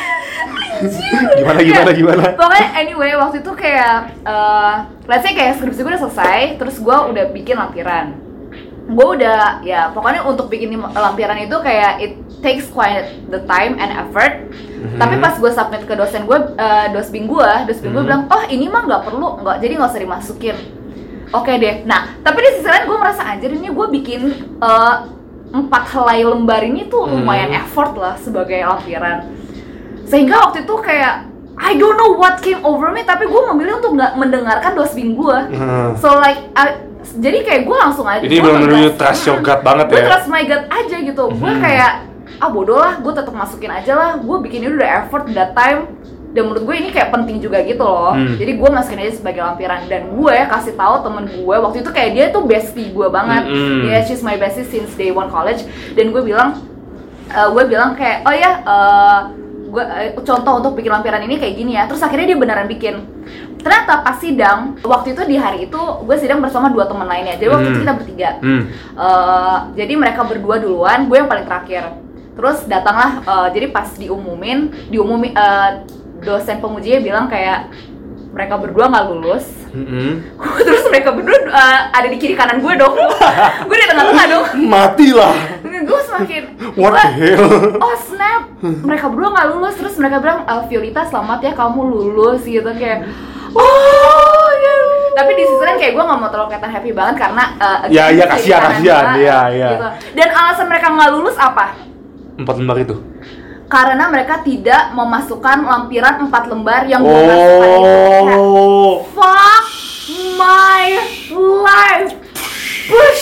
gimana gimana gimana? Pokoknya anyway waktu itu kayak, uh, let's say kayak skripsi gue udah selesai, terus gue udah bikin lampiran. Gue udah ya pokoknya untuk bikin lampiran itu kayak it takes quite the time and effort. Mm-hmm. Tapi pas gue submit ke dosen gue, uh, dosbing gue, dosbing gue mm-hmm. bilang, oh ini mah nggak perlu, nggak, jadi nggak usah dimasukin. Oke okay deh. Nah, tapi di sisi lain gue merasa anjir ini gue bikin uh, empat helai lembar ini tuh lumayan mm-hmm. effort lah sebagai lampiran. Sehingga waktu itu kayak I don't know what came over me, tapi gue memilih untuk nggak mendengarkan dosbing gue. Mm-hmm. So like I, jadi kayak gue langsung aja. Jadi benar-benar trust your gut banget gue ya. Gue trust my gut aja gitu. Mm-hmm. Gue kayak ah bodoh lah, gue tetap masukin aja lah, gue bikin ini udah effort, udah time, dan menurut gue ini kayak penting juga gitu loh. Hmm. Jadi gue masukin aja sebagai lampiran dan gue kasih tahu temen gue waktu itu kayak dia tuh bestie gue banget, hmm. yeah, she's my bestie since day one college, dan gue bilang, uh, gue bilang kayak oh ya, uh, gue uh, contoh untuk bikin lampiran ini kayak gini ya, terus akhirnya dia beneran bikin. Ternyata pas sidang, waktu itu di hari itu gue sidang bersama dua teman lainnya, jadi waktu hmm. itu kita bertiga, hmm. uh, jadi mereka berdua duluan, gue yang paling terakhir. Terus datanglah, uh, jadi pas diumumin, diumumin uh, dosen pengujinya bilang kayak mereka berdua nggak lulus. Mm-hmm. Terus mereka berdua uh, ada di kiri kanan gue dong, gue di tengah-tengah dong. Matilah. Gue semakin. What the hell? Oh snap, mereka berdua nggak lulus. Terus mereka bilang, Violeta selamat ya kamu lulus gitu kayak. Oh ya. Tapi di sisi lain kayak gue nggak mau terlalu kelihatan happy banget karena. Uh, ya ya kasihan kasihan ya ya. Gitu. Dan alasan mereka nggak lulus apa? Empat lembar itu? Karena mereka tidak memasukkan lampiran empat lembar yang gue oh. masukkan itu. Kayak, fuck my life. Push.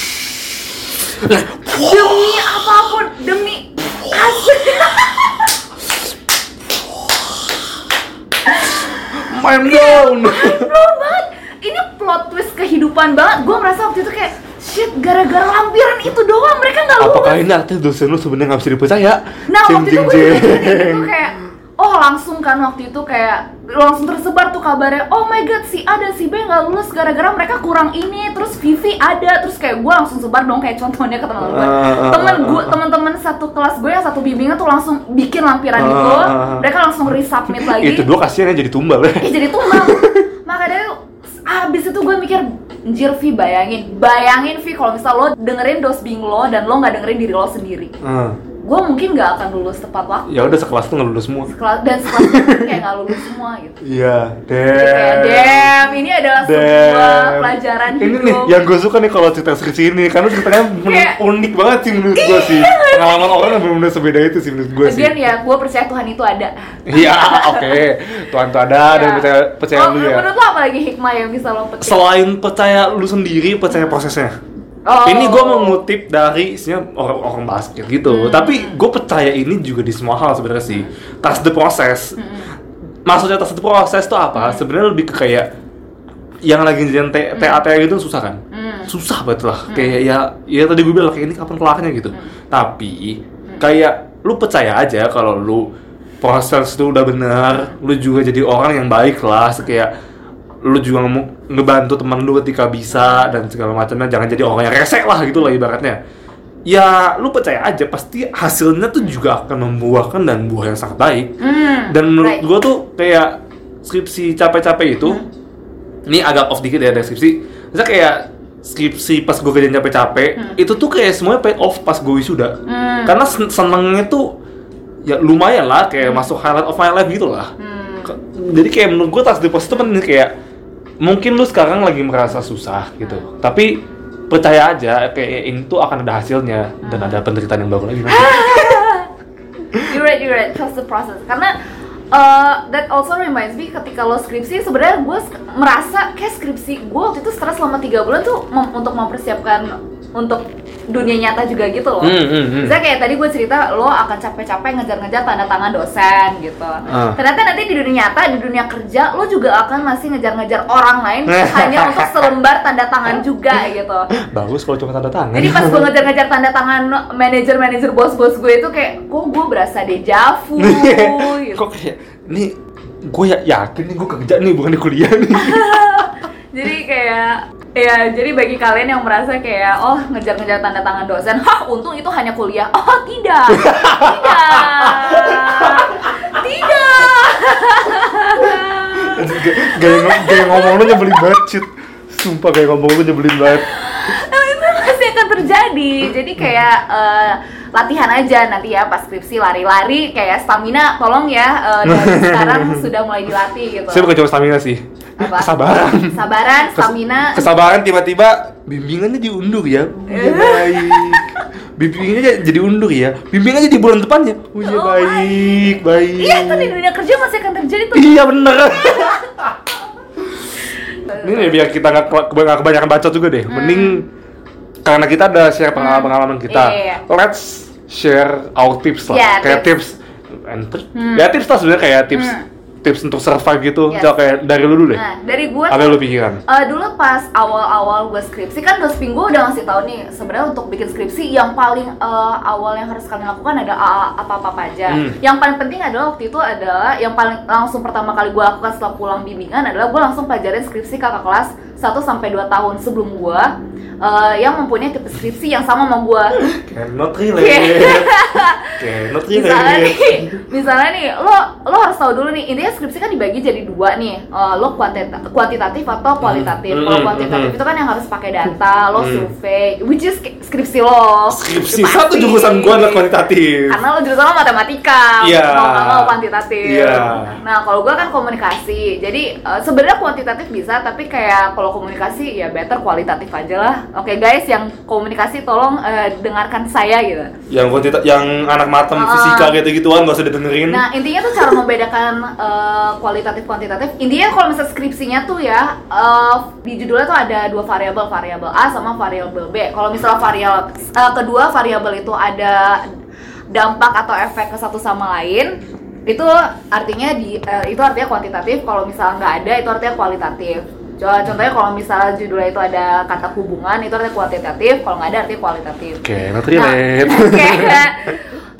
Demi apapun, demi asli. Mind blown. Mind blown banget. Ini plot twist kehidupan banget. Gue merasa waktu itu kayak shit, gara-gara lampiran itu doang mereka nggak lulus. Apakah ini artinya dosen lu sebenarnya nggak bisa dipercaya? Nah, waktu itu gue juga gitu kayak, oh langsung kan waktu itu kayak langsung tersebar tuh kabarnya, oh my god si A dan si B nggak lulus gara-gara mereka kurang ini, terus Vivi ada, terus kayak gue langsung sebar dong kayak contohnya ke teman-teman gue, Uh, temen gue teman-teman satu kelas gue yang satu bimbingan tuh langsung bikin lampiran Uh, itu, uh, mereka langsung resubmit lagi. Itu dua kasihan ya jadi tumbal ya. Eh jadi tumbal. Makanya abis itu gue mikir, anjir Vi, bayangin, bayangin Vi kalau misal lo dengerin dosbing lo dan lo nggak dengerin diri lo sendiri, Uh. gue mungkin nggak akan lulus tepat waktu. Ya udah sekelas tuh nggak lulus semua. Sekelas, dan sekelas itu kayak nggak lulus semua gitu. Iya, Jadi kayak, damn. damn, ini adalah sebuah pelajaran Ini hidup. nih yang gue suka nih kalau cerita skripsi ini, karena ceritanya men- Kayak- unik banget sih menurut gue sih. Pengalaman orang yang benar-benar sebeda itu sih menurut gue sih. Again ya, gue percaya Tuhan itu ada. Iya, oke. Tuhan tuh ada dan Ya. percaya percaya Oh, lu ya. menurut lo apa lagi hikmah yang bisa lo petik? Selain percaya lu sendiri, percaya prosesnya. Oh. Ini gue mengutip dari isinya orang-orang basket gitu. Hmm. Tapi gue percaya ini juga di semua hal sebenarnya sih. Trust the process. Hmm. Maksudnya trust the process tuh apa? Sebenarnya lebih ke kayak yang lagi jalan T A T gitu susah kan? Hmm. Susah banget lah. Kayak ya, ya tadi gue bilang kayak ini kapan kelarnya gitu. Tapi kayak lu percaya aja kalau lu proses itu udah benar, lu juga jadi orang yang baik lah. Kayak lu juga nge- ngebantu teman lu ketika bisa dan segala macamnya, jangan jadi orang yang resek lah gitu lah ibaratnya. Ya lu percaya aja pasti hasilnya tuh juga akan membuahkan dan buah yang sangat baik. Hmm, Dan menurut right. gua tuh kayak skripsi capek-capek itu, ini agak off dikit ya dari skripsi. Misalnya kayak skripsi pas gua kerjain capek-capek, itu tuh kayak semuanya paid off pas gua wisuda. Hmm. Karena sen- senengnya tuh ya lumayan lah, kayak masuk highlight of my life gitu lah. Hmm. Ke- Jadi kayak menurut gua tas deposit itu penting, kayak mungkin lu sekarang lagi merasa susah gitu, tapi percaya aja kayak ini tuh akan ada hasilnya dan ada penderitaan yang baru lagi nanti. You're right, you're right. Trust the process. Karena uh, that also reminds me ketika lo skripsi, sebenarnya gue sk- merasa kayak skripsi gue waktu itu stres selama tiga bulan tuh mem- untuk mempersiapkan untuk dunia nyata juga gitu loh. Hmm, hmm, hmm. Misalnya kayak tadi gue cerita, lo akan capek-capek ngejar-ngejar tanda tangan dosen gitu. Ah. Ternyata nanti di dunia nyata, di dunia kerja, lo juga akan masih ngejar-ngejar orang lain hanya untuk selembar tanda tangan juga gitu. Bagus kalau cuma tanda tangan. Jadi pas gue ngejar-ngejar tanda tangan manajer-manajer bos-bos gue itu kayak, kok gue berasa deja vu gitu. Kok kayak nih gue ya yakin nih gue kerja nih bukan di kuliah nih. Jadi kayak ya, jadi bagi kalian yang merasa kayak oh ngejar-ngejar tanda tangan dosen, hah untung itu hanya kuliah. Oh tidak, tidak, tidak. Gaya, ngom- gaya ngomong lu nyebelin banget, Cid. Sumpah gaya ngomong lu nyebelin banget. Nah, itu pasti akan terjadi. Jadi kayak eh, latihan aja nanti ya pas skripsi, lari-lari kayak stamina tolong ya eh, dari sekarang sudah mulai dilatih gitu. Saya bukan cuma stamina sih. Apa? Kesabaran. Sabaran, stamina. Kesabaran tiba-tiba bimbingannya diundur ya. Iya baik. Bimbingannya jadi undur ya. Bimbingannya di bulan depannya. Oh iya Oh, baik, baik. Iya, itu di dunia kerja masih akan terjadi tuh. Iya bener. Ini nih biar kita nggak ke- nggak kebanyakan baca juga deh. Mending karena kita ada share pengalaman-pengalaman kita. Iya, iya. Let's share our tips lah. Iya, kayak tips. tips, and tri- ya tips lah sebenarnya kayak tips Hmm. tips untuk survive gitu. Yes. Coba kayak dari lu dulu deh. Nah, dari gue Apa yang lu pikiran? Uh, dulu pas awal-awal gue skripsi kan dosping gue udah ngasih tahu nih sebenarnya untuk bikin skripsi yang paling uh, awal yang harus kalian lakukan ada a- apa-apa aja. Hmm. Yang paling penting adalah waktu itu adalah yang paling langsung pertama kali gue lakukan setelah pulang bimbingan adalah gue langsung pelajarin skripsi kakak kelas satu sampai dua tahun sebelum gue uh, yang mempunyai tipe skripsi yang sama sama gue. Cannot relate. Cannot Misalnya relate. nih, misalnya nih, lo lo harus tahu dulu nih, intinya skripsi kan dibagi jadi dua nih, uh, lo kuantita- kuantitatif atau kualitatif. Hmm, Kalau hmm, kuantitatif hmm. itu kan yang harus pakai data, lo Hmm. survei, which is sk- skripsi lo. Skripsi Itu satu pasti. jurusan gua adalah kuantitatif. Karena lo jurusan lo matematika, Iya. mau nggak mau kuantitatif. Iya. Nah kalau gua kan komunikasi, jadi uh, sebenarnya kuantitatif bisa, tapi kayak kalau komunikasi ya better kualitatif aja lah. Oke guys, yang komunikasi tolong uh, dengarkan saya gitu. Yang kuantita yang anak matem Ah. fisika gitu-gituan gak usah didengerin. Nah, intinya tuh cara membedakan uh, kualitatif kuantitatif. Intinya kalau misalnya skripsinya tuh ya, uh, di judulnya tuh ada dua variabel, variabel A sama variabel B. Kalau misalnya variabel uh, kedua variabel itu ada dampak atau efek ke satu sama lain, itu artinya di uh, itu artinya kuantitatif. Kalau misalnya nggak ada, itu artinya kualitatif. Coba contohnya kalau misalnya judulnya itu ada kata hubungan, itu artinya kuantitatif. Kalau nggak ada, artinya kualitatif. Oke, not relate. Nah, kayak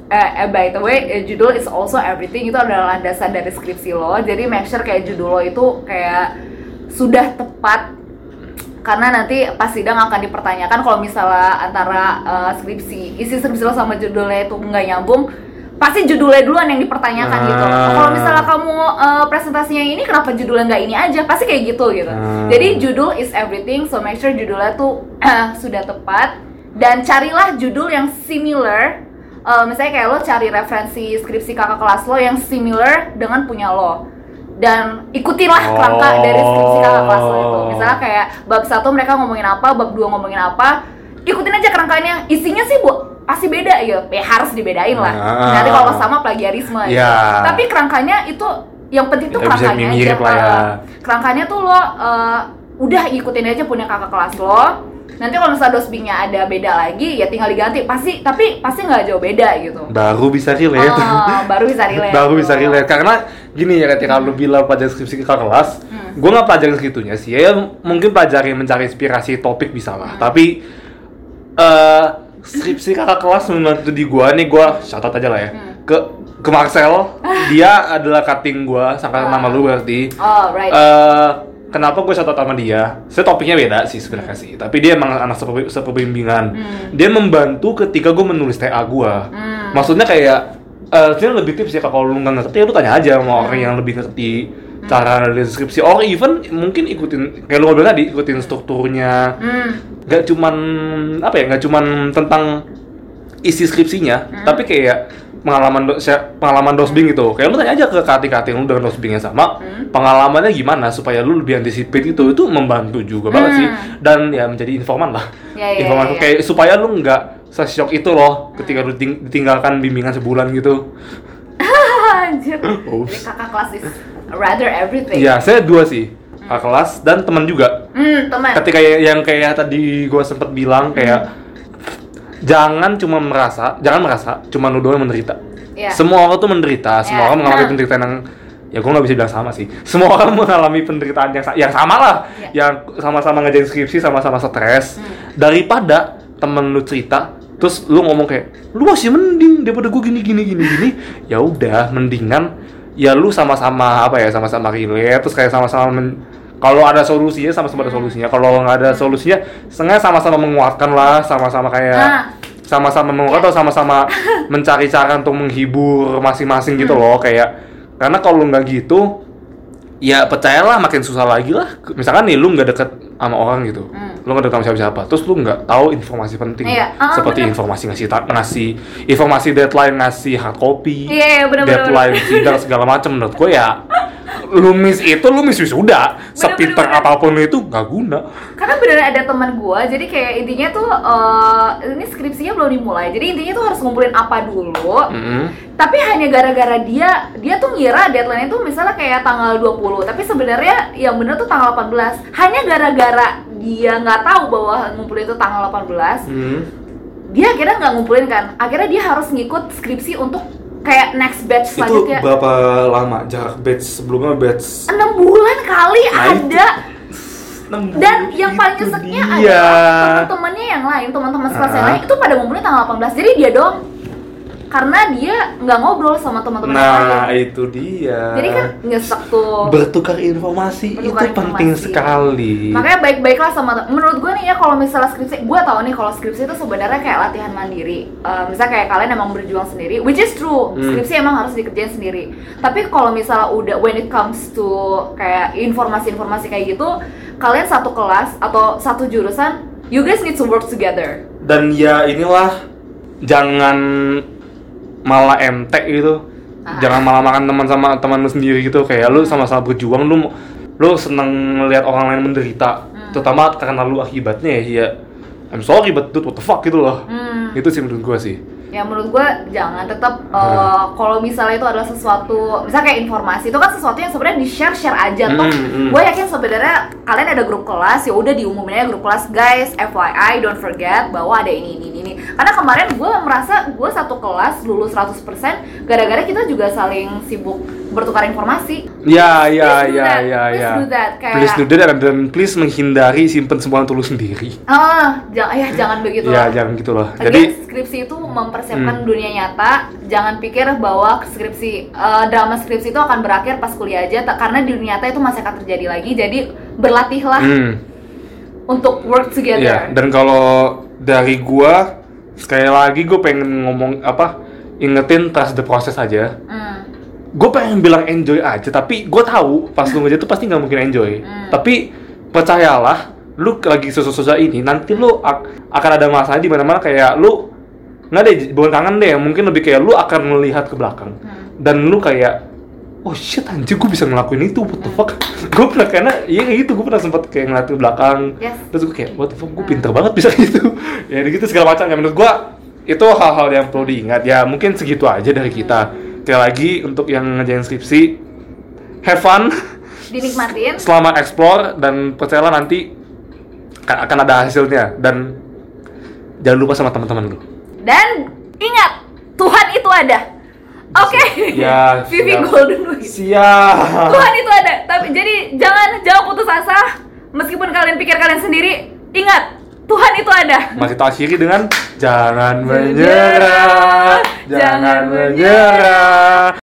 eh, eh by the way eh, judul is also everything, itu adalah landasan dari skripsi lo. Jadi make sure kayak judul lo itu kayak sudah tepat, karena nanti pas sidang akan dipertanyakan kalau misalnya antara uh, skripsi isi skripsi lo sama judulnya itu nggak nyambung, pasti judulnya duluan yang dipertanyakan ah. gitu. Kalau misalnya kamu uh, presentasinya ini, kenapa judulnya nggak ini aja, pasti kayak gitu gitu. Ah. Jadi judul is everything, so make sure judulnya tuh uh, sudah tepat, dan carilah judul yang similar. Uh, misalnya kayak lo cari referensi skripsi kakak kelas lo yang similar dengan punya lo, dan ikutilah kerangka oh. dari skripsi kakak kelas lo itu. Misalnya kayak bab satu mereka ngomongin apa, bab dua ngomongin apa, ikutin aja kerangkanya. Isinya sih bu pasti beda ya, ya harus dibedain lah. Ah. Nanti kalau sama plagiarisme yeah. gitu. Tapi kerangkanya itu yang penting tuh kerangkanya aja. Ya. Kerangkanya tuh lo uh, udah ikutin aja punya kakak kelas lo. Nanti kalau misalnya dosbingnya ada beda lagi, ya tinggal diganti. Pasti, tapi pasti nggak jauh beda gitu. Baru bisa relate. Oh, baru bisa relate. baru bisa relate. Karena gini ya, ketika lu bilang pelajaran skripsi ke kelas, hmm. gue nggak pelajarin segitunya sih. Ya mungkin pelajarin mencari inspirasi topik bisa lah. Hmm. Tapi uh, skripsi kakak kelas membantu di gue nih, gue shout out aja lah ya. Hmm. Ke ke Marcel, dia adalah cutting gue, sangka oh. nama lu berarti. Oh right. Uh, Kenapa gue shout out sama dia? Saya topiknya beda sih sebenarnya sih, tapi dia emang anak sepe- sepebimbingan. Hmm. Dia membantu ketika gue menulis T A gue. Hmm. Maksudnya kayak, uh, sebenarnya lebih tips ya, kalau lu nggak ngerti, ya lu tanya aja sama hmm. orang yang lebih ngerti hmm. cara deskripsi. Or even mungkin ikutin, kayak lu ngobrol tadi, ikutin strukturnya. Hmm. Gak cuman apa ya, gak cuman tentang isi skripsinya, hmm. tapi kayak pengalaman do- pengalaman dosbing gitu. Kayak lu tanya aja ke kating-kating lu dengan dosbing yang sama, hmm. pengalamannya gimana supaya lu lebih antisipate itu, itu membantu juga hmm. banget sih. Dan ya menjadi informan lah. Ya, ya, informan ya, ya. Kayak supaya lu nggak se-shock itu loh ketika lu ting- ditinggalkan bimbingan sebulan gitu. Anjir. Jadi kakak kelas is rather everything. Iya, saya dua sih. Kakak hmm. kelas dan teman juga. Hmm, teman. Ketika yang kayak tadi gua sempet bilang kayak hmm. jangan cuma merasa, jangan merasa cuma lu doang menderita. Yeah. Semua orang tuh menderita, semua yeah. orang mengalami penderitaan yang, ya gue nggak bisa bilang sama sih. Semua orang mengalami penderitaan yang yang sama lah, yeah. yang sama-sama ngerjain skripsi, sama-sama stres. Hmm. Daripada temen lu cerita, terus lu ngomong kayak, lu masih mending daripada gue gini gini gini gini. Ya udah, mendingan ya lu sama-sama apa ya, sama-sama relate, terus kayak sama-sama men- kalau ada solusinya sama-sama ada solusinya. Kalau nggak ada solusinya, setengah sama-sama menguatkan lah, sama-sama kayak nah. sama-sama menguatkan atau sama-sama mencari cara untuk menghibur masing-masing gitu loh. Kayak karena kalau lu nggak gitu, ya percayalah makin susah lagi lah. Misalkan nih lu nggak deket sama orang gitu, hmm. lu nggak deket sama siapa-siapa, terus lu nggak tahu informasi penting, iya. uh, seperti bener. informasi ngasih ngasih informasi deadline, ngasih hard copy, iya, iya, bener, deadline sidang segala macam. Menurut gue ya lu miss itu, lu miss wisuda. Sepinter apapun itu gak guna. Karena beneran ada teman gue, jadi kayak intinya tuh uh, ini skripsinya belum dimulai, jadi intinya tuh harus ngumpulin apa dulu. Mm-hmm. Tapi hanya gara-gara dia, dia tuh ngira deadline itu misalnya kayak tanggal dua puluh, tapi sebenarnya yang bener tuh tanggal delapan belas. Hanya gara-gara dia nggak tahu bahwa ngumpulin itu tanggal delapan belas, mm. dia akhirnya nggak ngumpulin kan. Akhirnya dia harus ngikut skripsi untuk kayak next batch selanjutnya. Itu berapa lama jarak batch sebelumnya? Batch enam bulan kali nah, ada. Dan yang paling nyeseknya adalah teman-temannya yang lain, teman-teman sekelas yang lain itu pada ngumpulin tanggal delapan belas. Jadi dia doang, karena dia nggak ngobrol sama teman-teman nah, yang lain. Nah itu dia. Jadi kan nyesek tuh. Bertukar informasi Bertukar itu informasi. penting sekali. Makanya baik-baiklah sama. Menurut gue nih ya, kalau misalnya skripsi, gue tahu nih kalau skripsi itu sebenarnya kayak latihan mandiri. Uh, misalnya kayak kalian emang berjuang sendiri, which is true. Hmm. Skripsi emang harus dikerjain sendiri. Tapi kalau misalnya udah when it comes to kayak informasi-informasi kayak gitu, kalian satu kelas atau satu jurusan, you guys need to work together. Dan ya inilah, jangan malah M T gitu. Ah. Jangan malah makan teman sama teman lu sendiri gitu. Kayak lu sama-sama berjuang, lu lu seneng ngelihat orang lain menderita, hmm. terutama karena lu akibatnya ya. I'm sorry but dude, what the fuck gitu loh. Hmm. Itu sih menurut gua sih. Ya menurut gue jangan, tetap uh, hmm. kalau misalnya itu adalah sesuatu, misalnya kayak informasi itu kan sesuatu yang sebenarnya di share share aja toh. Hmm, hmm. Gue yakin sebenarnya kalian ada grup kelas, ya udah diumumin aja grup kelas, guys F Y I don't forget bahwa ada ini ini ini. Karena kemarin gue merasa gue satu kelas lulus seratus persen gara-gara kita juga saling sibuk bertukar informasi. Ya, ya, Please do ya, that. ya, Please ya. do that. Kayak, Please do that dan, dan please menghindari simpen semua untuk lu sendiri. Ah, jangan ya jangan begitu. Ya, lah. jangan gitu loh. Again, Jadi skripsi itu mempersiapkan Hmm. dunia nyata. Jangan pikir bahwa skripsi uh, drama skripsi itu akan berakhir pas kuliah aja, tak, karena di dunia nyata itu masih akan terjadi lagi. Jadi berlatihlah hmm. untuk work together. Ya, dan kalau dari gua sekali lagi gue pengen ngomong apa? Ingetin trust the process aja. Hmm. Gue pengen bilang enjoy aja, tapi gue tahu pas lu ngerjain tuh pasti nggak mungkin enjoy. Hmm. Tapi percayalah, lu lagi susah-susah ini, nanti lu ak- akan ada masa di mana-mana kayak lu nggak deh, bukan kangen deh, mungkin lebih kayak lu akan melihat ke belakang Hmm. dan lu kayak oh shit anjir gue bisa ngelakuin itu, what the fuck. Gue pernah karena iya kayak gitu, gue pernah sempat kayak ngeliat ke belakang. Yes. Terus gue kayak what the fuck, gue pinter banget bisa gitu. Ya gitu segala macam. Ya menurut gue itu hal-hal yang perlu diingat. Ya mungkin segitu aja dari kita. Kayak lagi untuk yang ngerjain skripsi, have fun, Dinikmatin. selamat explore, dan percayalah nanti ka- akan ada hasilnya. Dan jangan lupa sama teman-teman lu. Dan ingat, Tuhan itu ada. Oke. Ya, Vivi siap. Golden Week. Siap. Tuhan itu ada. Tapi jadi jangan jangan putus asa. Meskipun kalian pikir kalian sendiri, ingat, Tuhan itu ada. Masih tak akhiri dengan jangan menyerah, jangan menyerah.